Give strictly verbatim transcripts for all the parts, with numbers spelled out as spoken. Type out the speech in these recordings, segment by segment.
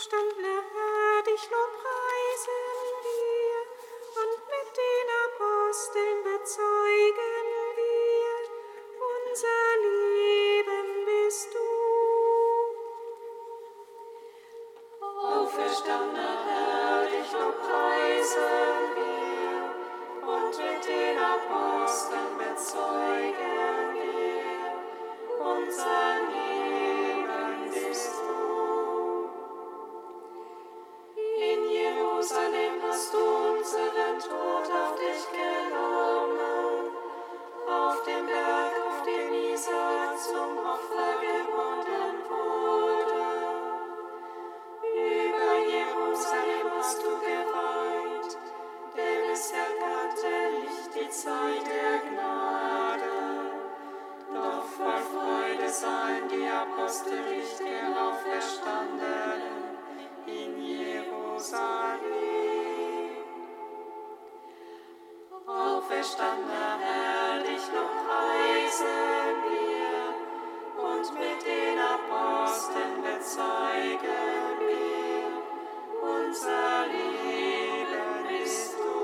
auferstandener Herr, dich lobpreisen wir, und mit den Aposteln bezeugen wir, unser Leben bist du. Auferstandener Herr, dich lobpreisen wir, und mit den Aposteln bezeugen wir, unser Leben bist du. In Jerusalem hast du unseren Tod auf dich genommen, auf dem Berg, auf dem Isaak zum Opfer gebunden wurde. Über Jerusalem hast du geweint, denn es erkannte nicht die Zeit der Gnade. Doch voll Freude sahen die Apostel dich, der Auferstandenen, in Jerusalem. Auferstandener Herr, dich lobpreisen wir, und mit den Aposteln bezeugen wir, unser Leben bist du.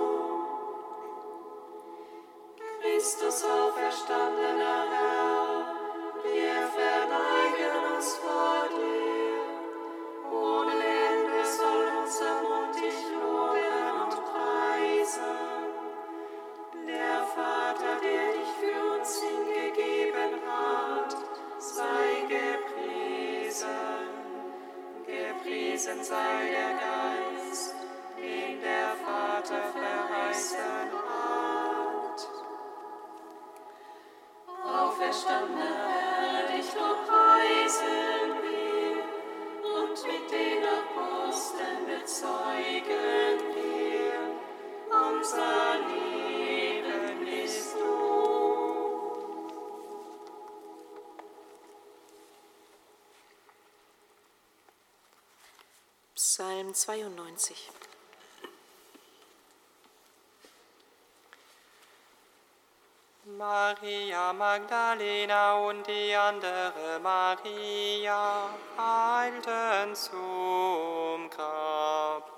Christus, auferstandener Herr, wir verneigen uns vor dir. Ohne Ende soll unser Mund dich loben und preisen. Der Vater, der dich für uns hingegeben hat, sei gepriesen. Gepriesen sei der Geist, den der Vater verheißen hat. Auferstandener Herr, dich lobpreisen wir, und mit den Aposteln bezeugen wir, unser Leben bist du. Psalm zweiundneunzig. Maria Magdalena und die andere Maria eilten zum Grab.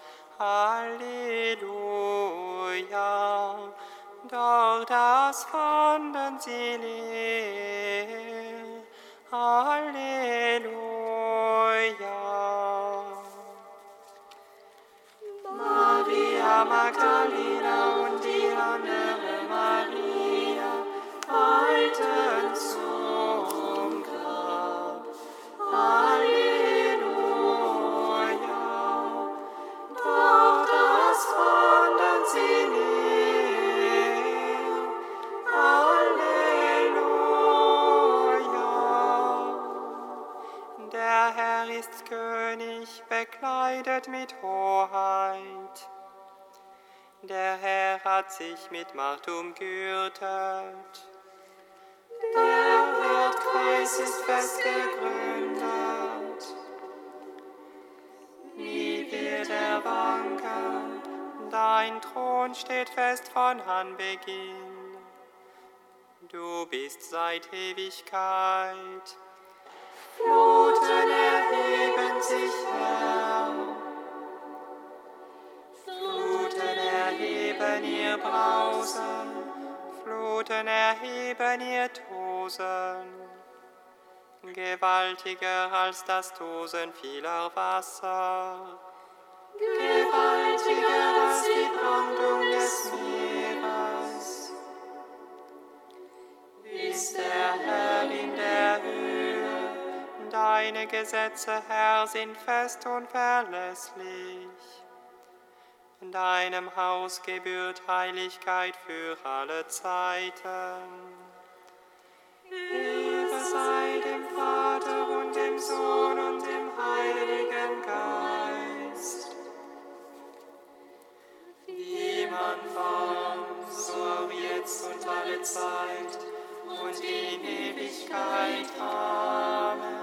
Halleluja! Doch das fanden sie leer. Halleluja! Maria Magdalena und die andere Maria eilten zum Grab. Halleluja! Doch das fanden sie leer. Halleluja! Der Herr ist König, bekleidet mit Hoheit. Der Herr hat sich mit Macht umgürtet. Der Erdkreis ist fest gegründet. Nie wird er wanken, dein Thron steht fest von Anbeginn. Du bist seit Ewigkeit. Fluten erheben sich, Herr. Fluten erheben ihr Brausen, Fluten erheben ihr Tosen. Gewaltiger als das Tosen vieler Wasser. Gewaltiger als die Brandung des Meeres. Ist der Herr in der Höhe, deine Gesetze, Herr, sind fest und verlässlich. In deinem Haus gebührt Heiligkeit für alle Zeiten. Ehre sei dem Vater und dem Sohn und dem Heiligen Geist. Wie im Anfang, so auch jetzt und alle Zeit und in Ewigkeit. Amen.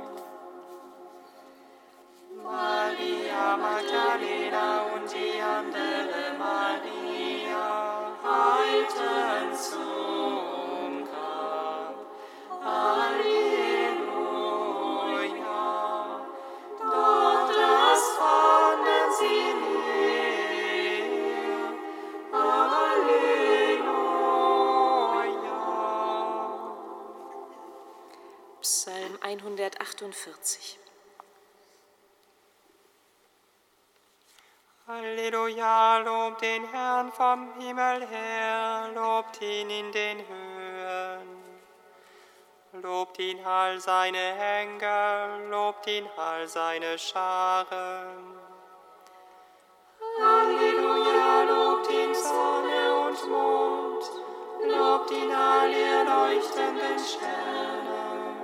Maria Magdalena und die andere Maria eilten zum Grab. Psalm hundertachtundvierzig. Halleluja, lobt den Herrn vom Himmel her, lobt ihn in den Höhen. Lobt ihn all seine Engel, lobt ihn all seine Scharen. Halleluja, lobt ihn Sonne und Mond, lobt ihn all ihr leuchtenden Sterne.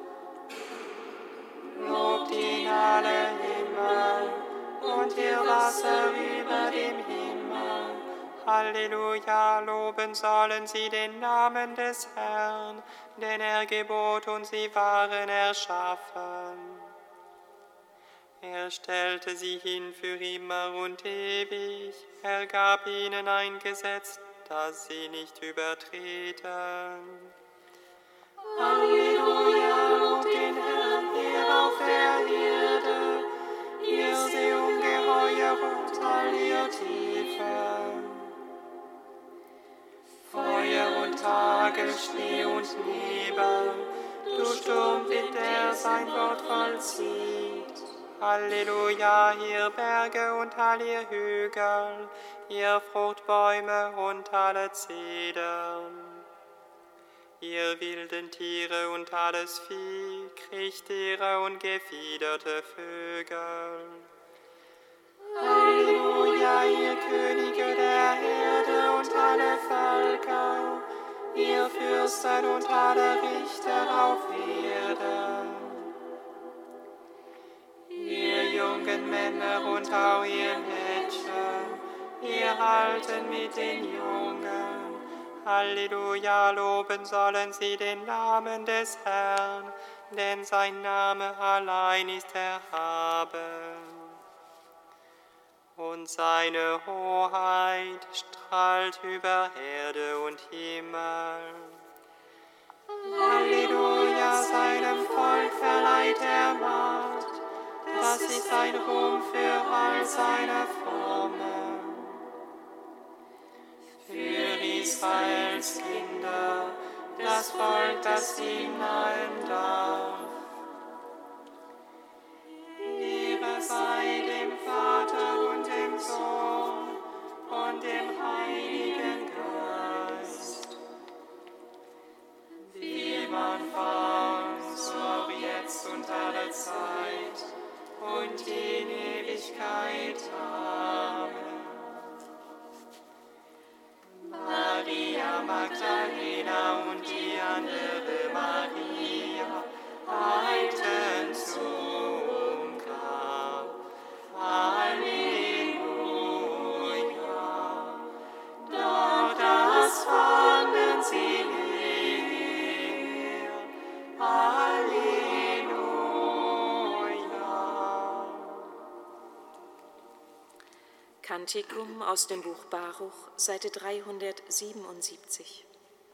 Lobt ihn alle Himmel und ihr Wasser über dem Himmel. Halleluja, loben sollen sie den Namen des Herrn, denn er gebot und sie waren erschaffen. Er stellte sie hin für immer und ewig, er gab ihnen ein Gesetz, das sie nicht übertreten. Halleluja, lobt den Herrn, ihr auf der Erde, ihr Seeungeheuer und all ihr Tiefen. Feuer und Hagel, Schnee und Nebel, du Sturmwind, der sein Wort vollzieht. Halleluja, ihr Berge und all ihr Hügel, ihr Fruchtbäume und alle Zedern. Ihr wilden Tiere und alles Vieh, Kriechtiere und gefiederte Vögel. Halleluja, ihr Könige der Erde und alle Völker, ihr Fürsten und alle Richter auf Erden. Ihr jungen Männer und auch ihr Mädchen, ihr Alten mit den Jungen. Halleluja, loben sollen sie den Namen des Herrn, denn sein Name allein ist erhaben. Und seine Hoheit strahlt über Erde und Himmel. Halleluja, seinem Volk verleiht er Macht, das ist ein Ruhm für all seine Formen. Für Israels Kinder, das Volk, das ihm nahen darf. Ehre sei dem Vater und dem Sohn und dem Heiligen Geist, wie man war, so auch jetzt und alle Zeit und in Ewigkeit. Amen. Maria Magdalena und die andere Maria eilten zum Grab. Halleluja. Doch das fanden sie leer. Halleluja. Kantikum aus dem Buch Baruch, Seite dreihundertsiebenundsiebzig.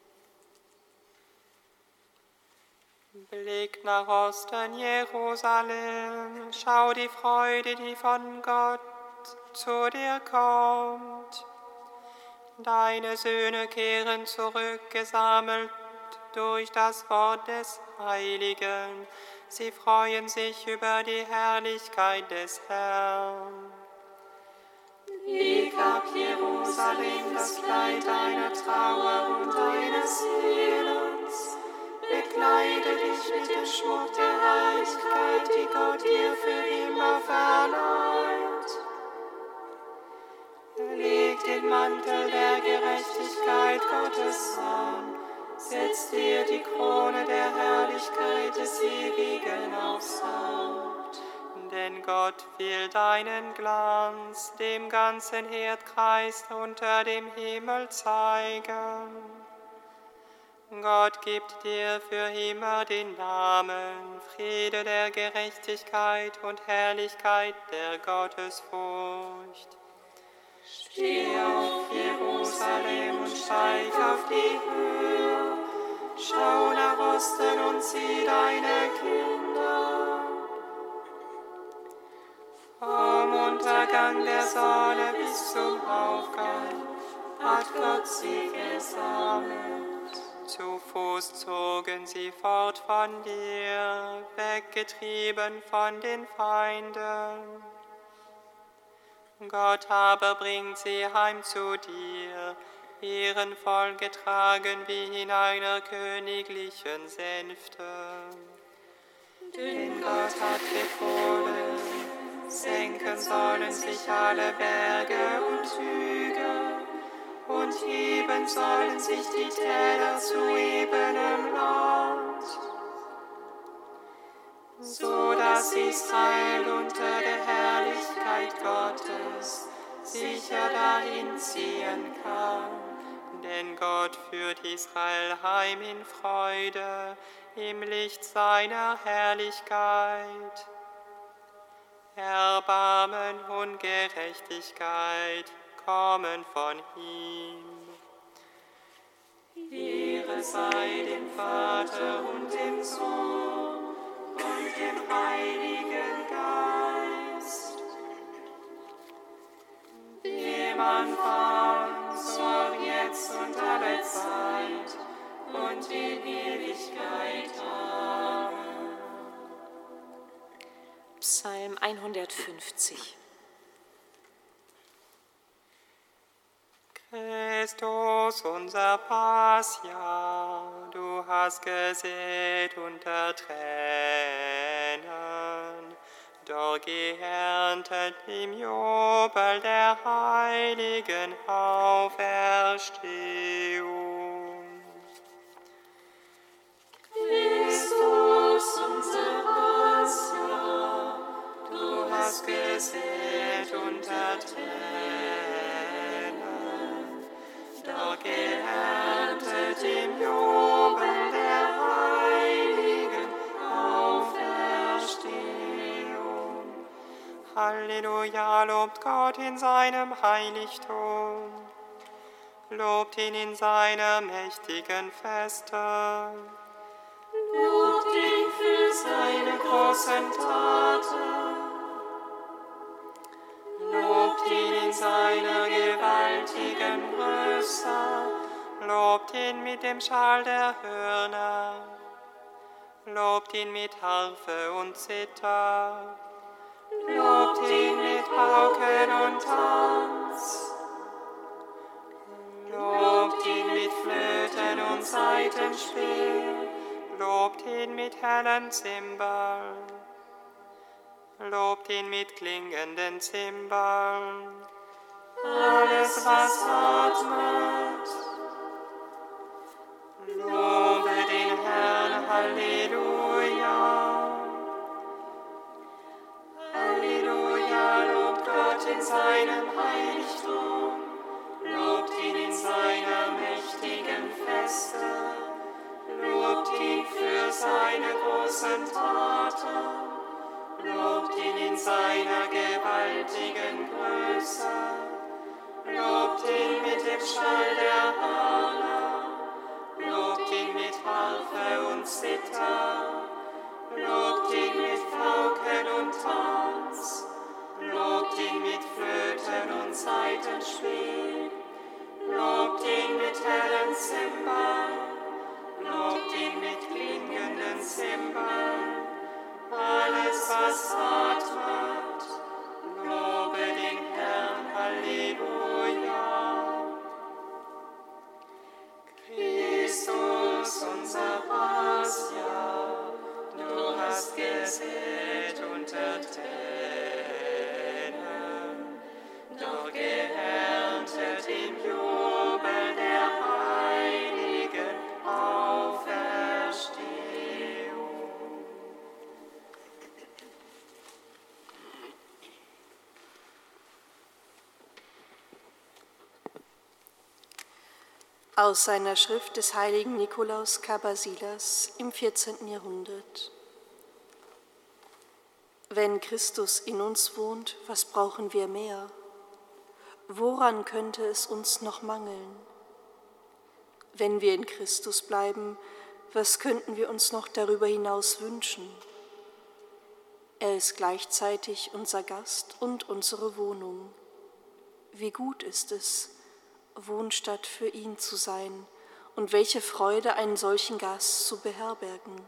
Blick nach Osten, Jerusalem, schau die Freude, die von Gott zu dir kommt. Deine Söhne kehren zurück, gesammelt durch das Wort des Heiligen. Sie freuen sich über die Herrlichkeit des Herrn. Leg ab, Jerusalem, das Kleid deiner Trauer und deines Elends. Bekleide dich mit dem Schmuck der Herrlichkeit, die Gott dir für immer verleiht. Leg den Mantel der Gerechtigkeit Gottes an, setz dir die Krone der Herrlichkeit des Ewigen aufs Haupt. Denn Gott will deinen Glanz dem ganzen Erdkreis unter dem Himmel zeigen. Gott gibt dir für immer den Namen, Friede der Gerechtigkeit und Herrlichkeit der Gottesfurcht. Steh auf, Jerusalem, und steig auf die Höhe, schau nach Osten und sieh deine Kinder. Vom Untergang der Sonne bis zum Aufgang hat Gott sie gesammelt. Zu Fuß zogen sie fort von dir, weggetrieben von den Feinden. Gott aber bringt sie heim zu dir, ehrenvoll getragen wie in einer königlichen Sänfte. Denn Gott hat befohlen, senken sollen sich alle Berge und Hügel, und heben sollen sich die Täler zu ebenem Land, so dass Israel unter der Herrlichkeit Gottes sicher dahin ziehen kann. Denn Gott führt Israel heim in Freude, im Licht seiner Herrlichkeit. Erbarmen und Gerechtigkeit kommen von ihm. Ehre sei dem Vater und dem Sohn und dem Heiligen Geist, wie im Anfang, so auch jetzt und alle Zeit und in Ewigkeit. Amen. Psalm hundertfünfzig. Christus, unser Passia, du hast gesät unter Tränen, doch geerntet im Jubel der heiligen Auferstehung. Christus, unser Passia, du hast gesät unter Tränen, doch geerntet im Jubel der heiligen Auferstehung. Halleluja, lobt Gott in seinem Heiligtum, lobt ihn in seiner mächtigen Feste. Lobt ihn für seine großen Taten, lobt ihn in seiner gewaltigen Größe, lobt ihn mit dem Schall der Hörner, lobt ihn mit Harfe und Zither, lobt ihn mit Pauken und Tanz, lobt ihn mit Flöten und Saitenspiel, lobt ihn mit hellen Zimbeln, lobt ihn mit klingenden Zimbeln. Alles, was atmet, lobe den Herrn, Halleluja. Halleluja, lobt Gott in seinem Heiligtum, lobt ihn in seiner mächtigen Feste, lobt ihn für seine großen Taten, lobt ihn in seiner gewaltigen Größe, lobt ihn mit dem Schall der Hörner, lobt ihn mit Harfe und Zither, lobt ihn mit Pauken und Tanz, lobt ihn mit Flöten und Saitenspiel, lobt ihn mit hellen Zimbeln, lobt ihn mit klingenden Zimbeln. Alles, was atmet, lobe den Herrn, Halleluja. Christus, unser Passia, du hast gesät unter Tränen, doch geerntet im Jubel der heiligen Auferstehung. Aus seiner Schrift des heiligen Nikolaus Kabasilas im vierzehnten Jahrhundert. Wenn Christus in uns wohnt, was brauchen wir mehr? Woran könnte es uns noch mangeln? Wenn wir in Christus bleiben, was könnten wir uns noch darüber hinaus wünschen? Er ist gleichzeitig unser Gast und unsere Wohnung. Wie gut ist es, Wohnstatt für ihn zu sein Und welche Freude, einen solchen Gast zu beherbergen.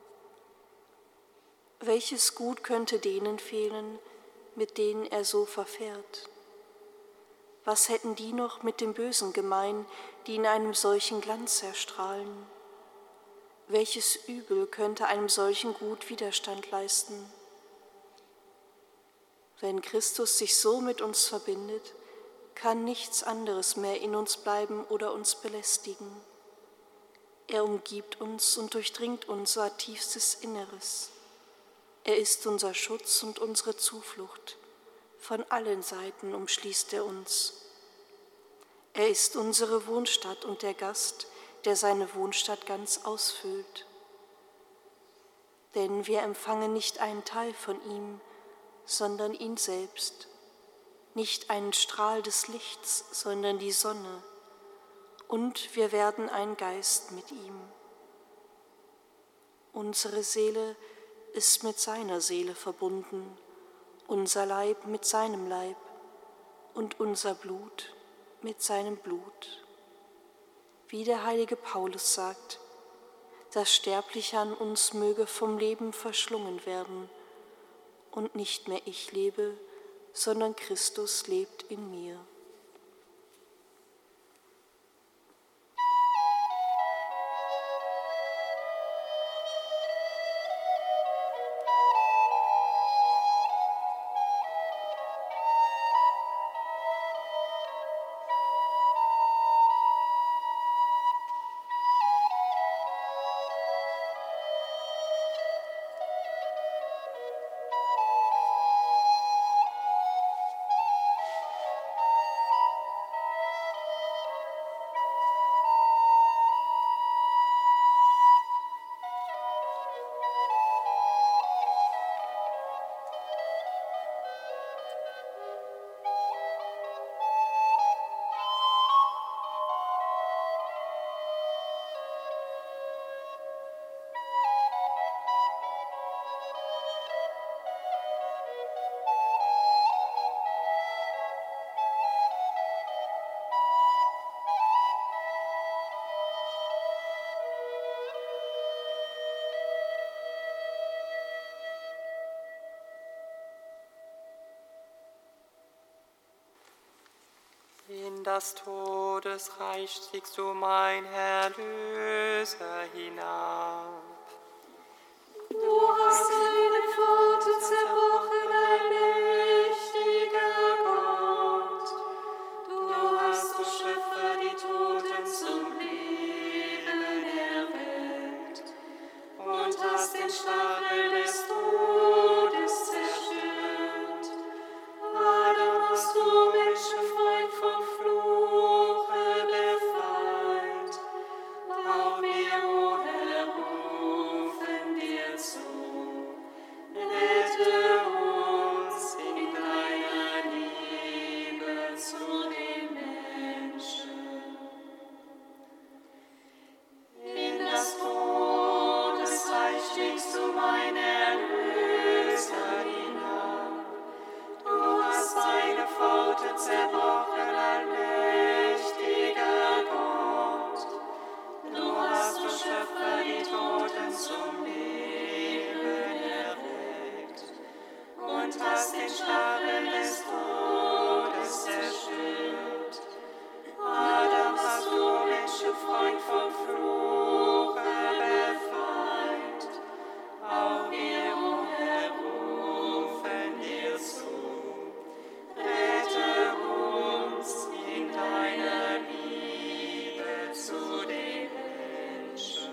Welches Gut könnte denen fehlen, mit denen er so verfährt? Was hätten die noch mit dem Bösen gemein, die in einem solchen Glanz erstrahlen? Welches Übel könnte einem solchen Gut Widerstand leisten? Wenn Christus sich so mit uns verbindet, kann nichts anderes mehr in uns bleiben oder uns belästigen. Er umgibt uns und durchdringt unser tiefstes Inneres. Er ist unser Schutz und unsere Zuflucht. Von allen Seiten umschließt er uns. Er ist unsere Wohnstatt und der Gast, der seine Wohnstatt ganz ausfüllt. Denn wir empfangen nicht einen Teil von ihm, sondern ihn selbst, nicht einen Strahl des Lichts, sondern die Sonne, und wir werden ein Geist mit ihm. Unsere Seele ist mit seiner Seele verbunden, unser Leib mit seinem Leib und unser Blut mit seinem Blut. Wie der heilige Paulus sagt, das Sterbliche an uns möge vom Leben verschlungen werden, und nicht mehr ich lebe, sondern Christus lebt in mir. In das Todesreich stiegst du, mein Erlöser, hinab. Du hast deine Pforte zerbrochen, allmächtiger Gott. Du hast, du Schöpfer, die Toten zum Leben erweckt und hast den Stachel des Todes zerstört. Adam hast du Menschenfreund vom Fluche befreit. Auch wir, o Herr, rufen dir zu. Rette uns in deiner Liebe zu den Menschen. In das Todesreich stiegst du, mein Erlöser, hinab. Du hast deine Pforte zerbrochen, allmächtiger Gott. Du hast, du Schöpfer, die Toten zum Leben erweckt und hast den Stachel des Todes zerstört. Adam hast du, Menschenfreund, vom Fluche befreit. Auch wir, o Herr, rufen dir zu. Rette uns in deiner Liebe zu den Menschen.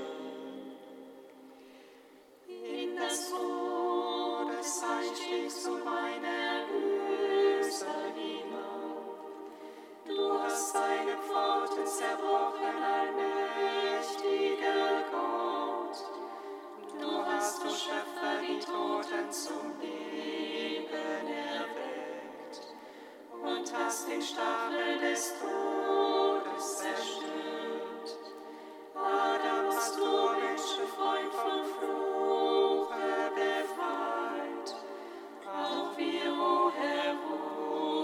In das Todesreich stiegst du, mein Erlöser, hinab. Du hast deine Pforte zerbrochen, allmächtiger Gott. Du hast, du Schöpfer, die Toten zum Leben erweckt und hast den Stachel des Todes zerstört. Adam hast du, Menschenfreund, vom Fluche befreit. Auch wir, o Herr,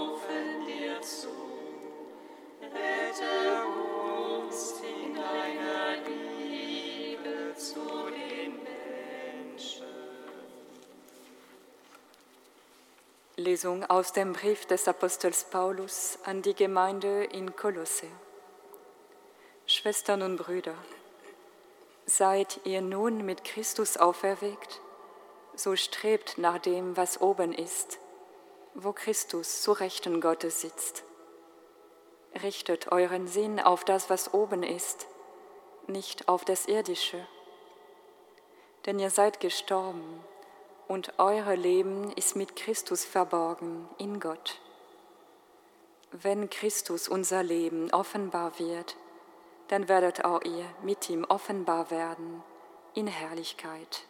rufen dir zu. Rette uns in deiner Lesung aus dem Brief des Apostels Paulus an die Gemeinde in Kolosse. Schwestern und Brüder, seid ihr nun mit Christus auferweckt, so strebt nach dem, was oben ist, wo Christus zu Rechten Gottes sitzt. Richtet euren Sinn auf das, was oben ist, nicht auf das Irdische. Denn ihr seid gestorben, und euer Leben ist mit Christus verborgen in Gott. Wenn Christus unser Leben offenbar wird, dann werdet auch ihr mit ihm offenbar werden in Herrlichkeit.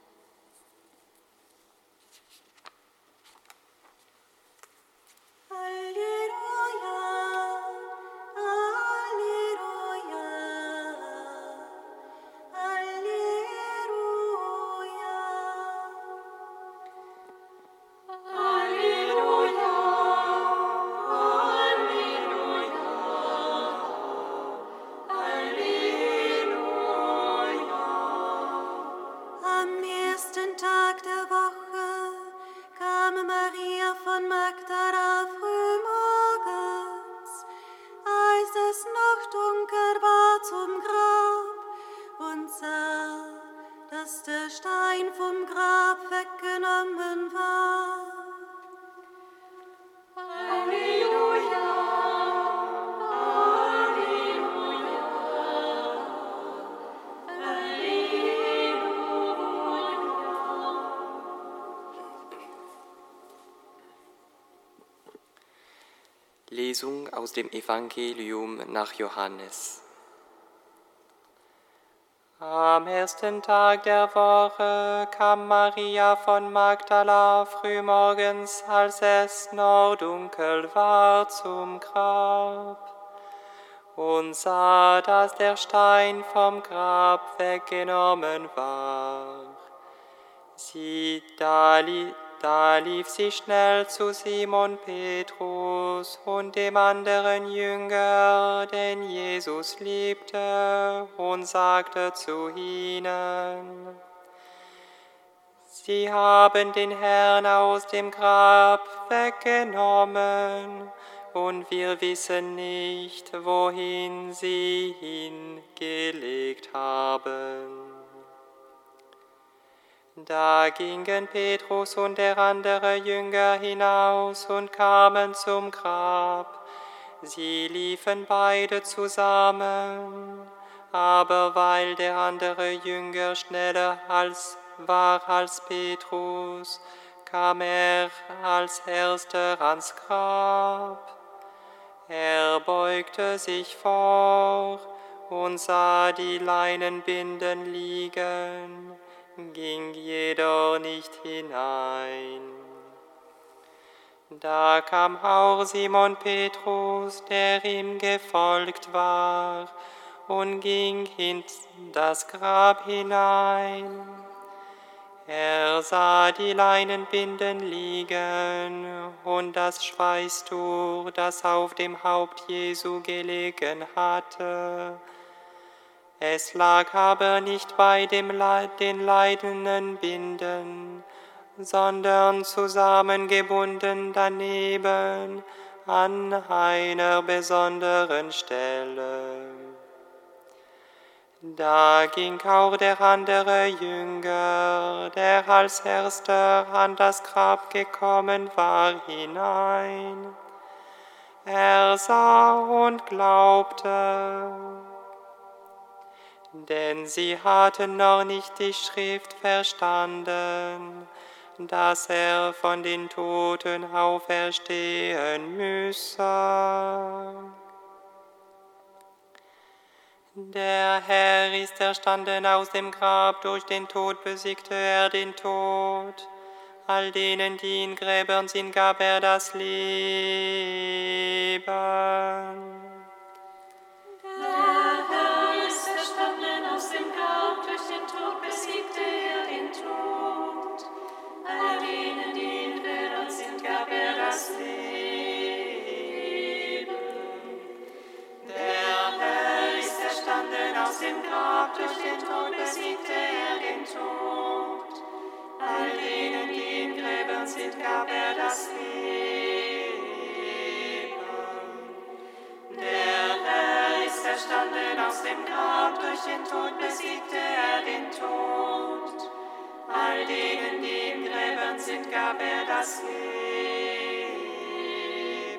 Lesung aus dem Evangelium nach Johannes. Am ersten Tag der Woche kam Maria von Magdala frühmorgens, als es noch dunkel war, zum Grab und sah, dass der Stein vom Grab weggenommen war. Sie da li- Da lief sie schnell zu Simon Petrus und dem anderen Jünger, den Jesus liebte, und sagte zu ihnen: Sie haben den Herrn aus dem Grab weggenommen, und wir wissen nicht, wohin sie ihn gelegt haben. Da gingen Petrus und der andere Jünger hinaus und kamen zum Grab. Sie liefen beide zusammen, aber weil der andere Jünger schneller als war als Petrus, kam er als erster ans Grab. Er beugte sich vor und sah die Leinenbinden liegen, ging jedoch nicht hinein. Da kam auch Simon Petrus, der ihm gefolgt war, und ging in das Grab hinein. Er sah die Leinenbinden liegen und das Schweißtuch, das auf dem Haupt Jesu gelegen hatte. Es lag aber nicht bei dem Le- den leidenden Binden, sondern zusammengebunden daneben an einer besonderen Stelle. Da ging auch der andere Jünger, der als erster an das Grab gekommen war, hinein. Er sah und glaubte, denn sie hatten noch nicht die Schrift verstanden, dass er von den Toten auferstehen müsse. Der Herr ist erstanden aus dem Grab, durch den Tod besiegte er den Tod. All denen, die in Gräbern sind, gab er das Leben. Der Herr ist erstanden aus dem Grab, durch den Tod besiegte er den Tod. All denen, die in Gräbern sind, gab er das Leben. Der Herr ist erstanden aus dem Grab, durch den Tod besiegte er den Tod. All denen, die in Gräbern sind, gab er das Leben. den Tod besiegte er den Tod. All denen, die in Gräbern sind, gab er das Leben.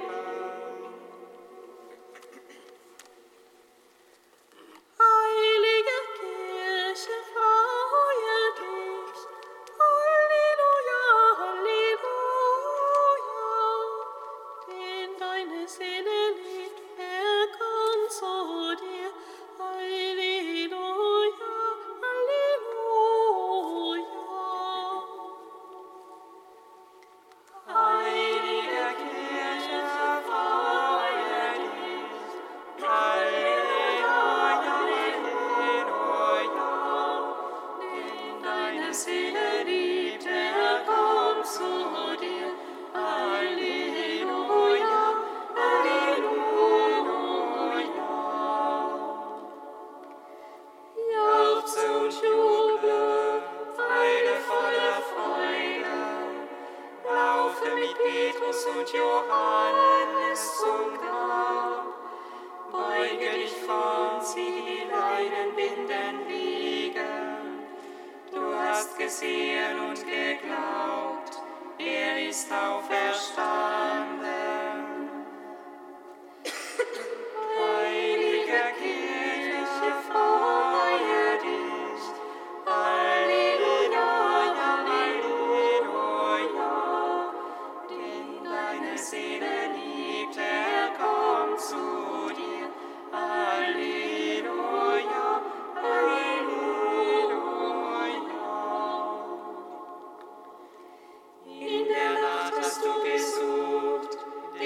Heilige Kirche, freue dich. Halleluja, Halleluja. Den deine Seele liebt, er kommt zu dir. Halleluja, Halleluja. Heilige Kirche, freue dich. Halleluja, Halleluja. Den deine Seele liebt, er kommt zu dir. Halleluja, Halleluja. Jauchze und juble, weile voller Freude. Laufe mit Petrus und Johannes zum Grab. Beuge dich vor, sieh die Leinenbinden liegen. Du hast gesehen und geglaubt, er ist auferstanden. Heilige Kirche, freue dich. Halleluja, Halleluja. Den deine Seele liebt, er kommt zu dir. Halleluja, Halleluja. In der Nacht hast du gesucht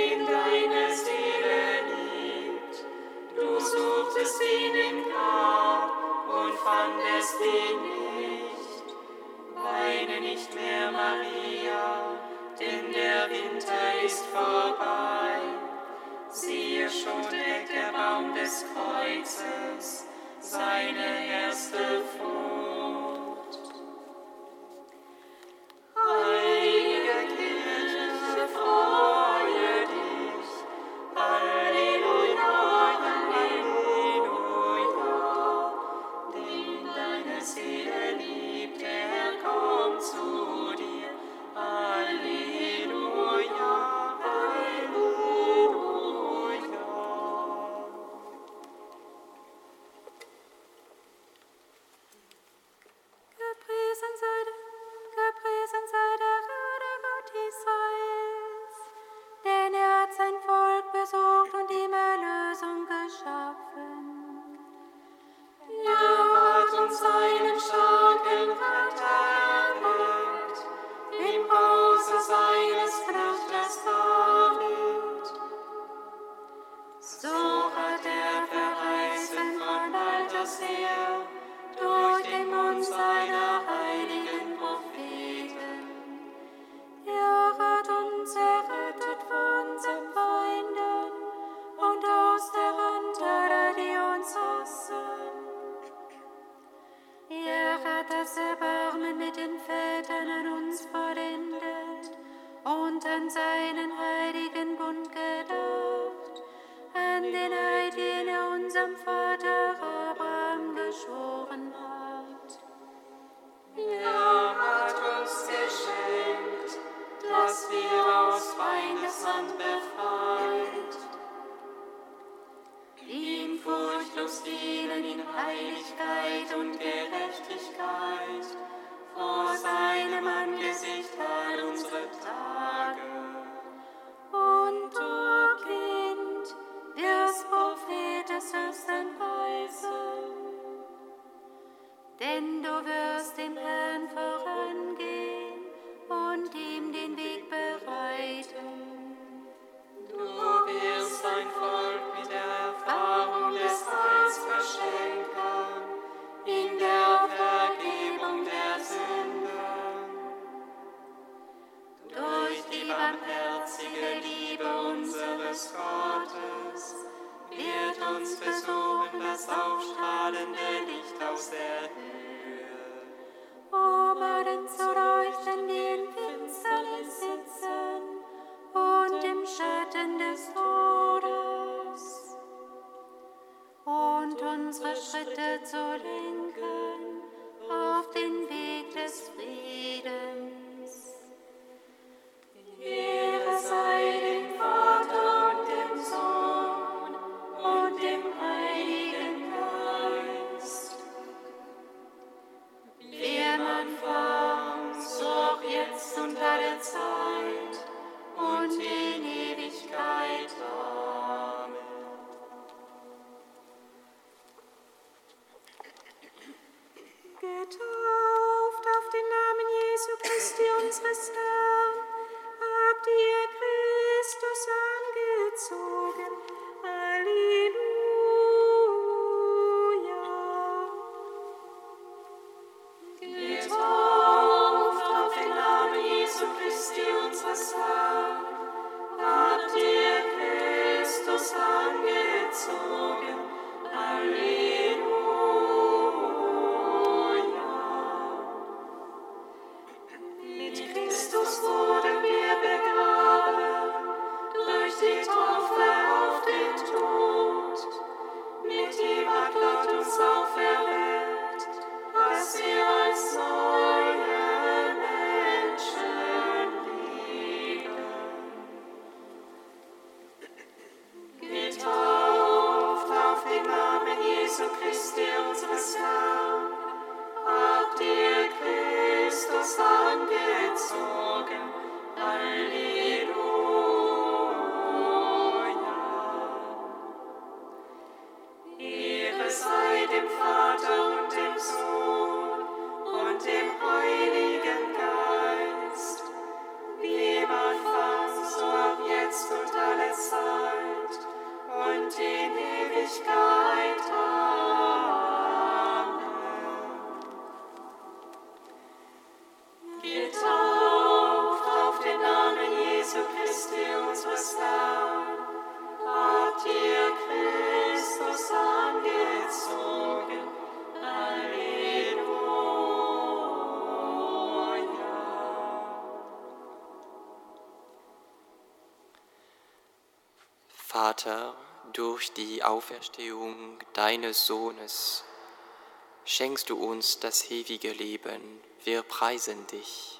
unseres Herrn, habt ihr Christus angezogen. Halleluja. Getauft auf den Namen Jesu Christi, unseres Herrn, habt ihr Christus angezogen. Halleluja. Mit Christus wurden wir begraben, durch die Taufe auf den Tod. Mit ihm hat Gott uns auferweckt, dass wir als neue Menschen leben. Getauft auf den Namen Jesu Christi, unseres Herrn, habt ihr Christus angezogen. Halleluja. Ehre sei dem Vater und dem Sohn und dem Heiligen Geist, wie im Anfang, so auch jetzt und alle Zeit und in Ewigkeit. Amen. Getauft auf den Namen Jesu Christi, unseres Herrn, habt ihr Christus angezogen. Halleluja. Vater, durch die Auferstehung deines Sohnes schenkst du uns das ewige Leben. Wir preisen dich.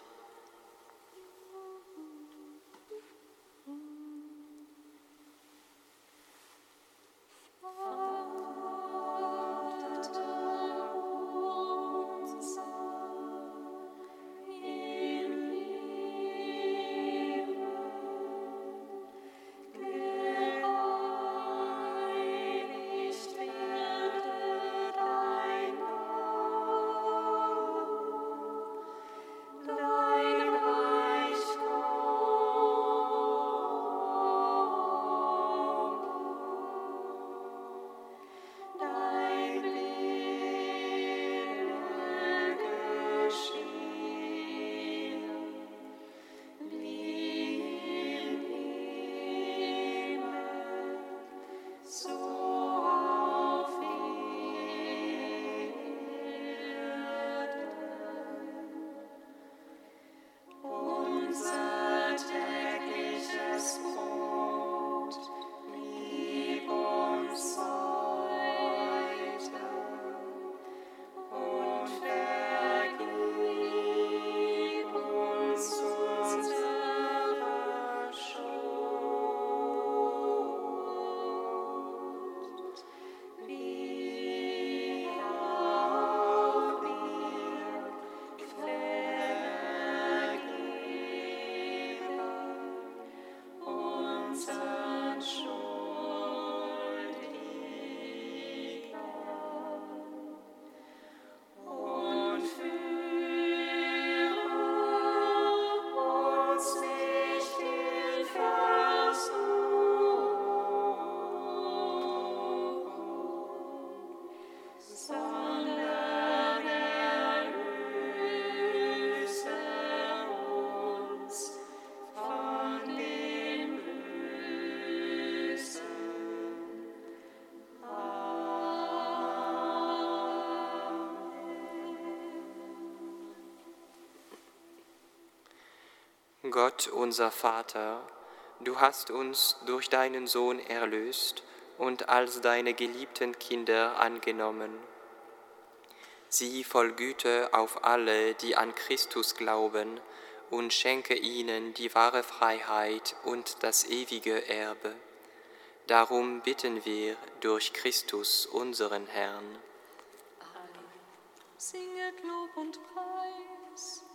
Gott, unser Vater, du hast uns durch deinen Sohn erlöst und als deine geliebten Kinder angenommen. Sieh voll Güte auf alle, die an Christus glauben, und schenke ihnen die wahre Freiheit und das ewige Erbe. Darum bitten wir durch Christus, unseren Herrn. Amen. Singet Lob und Preis.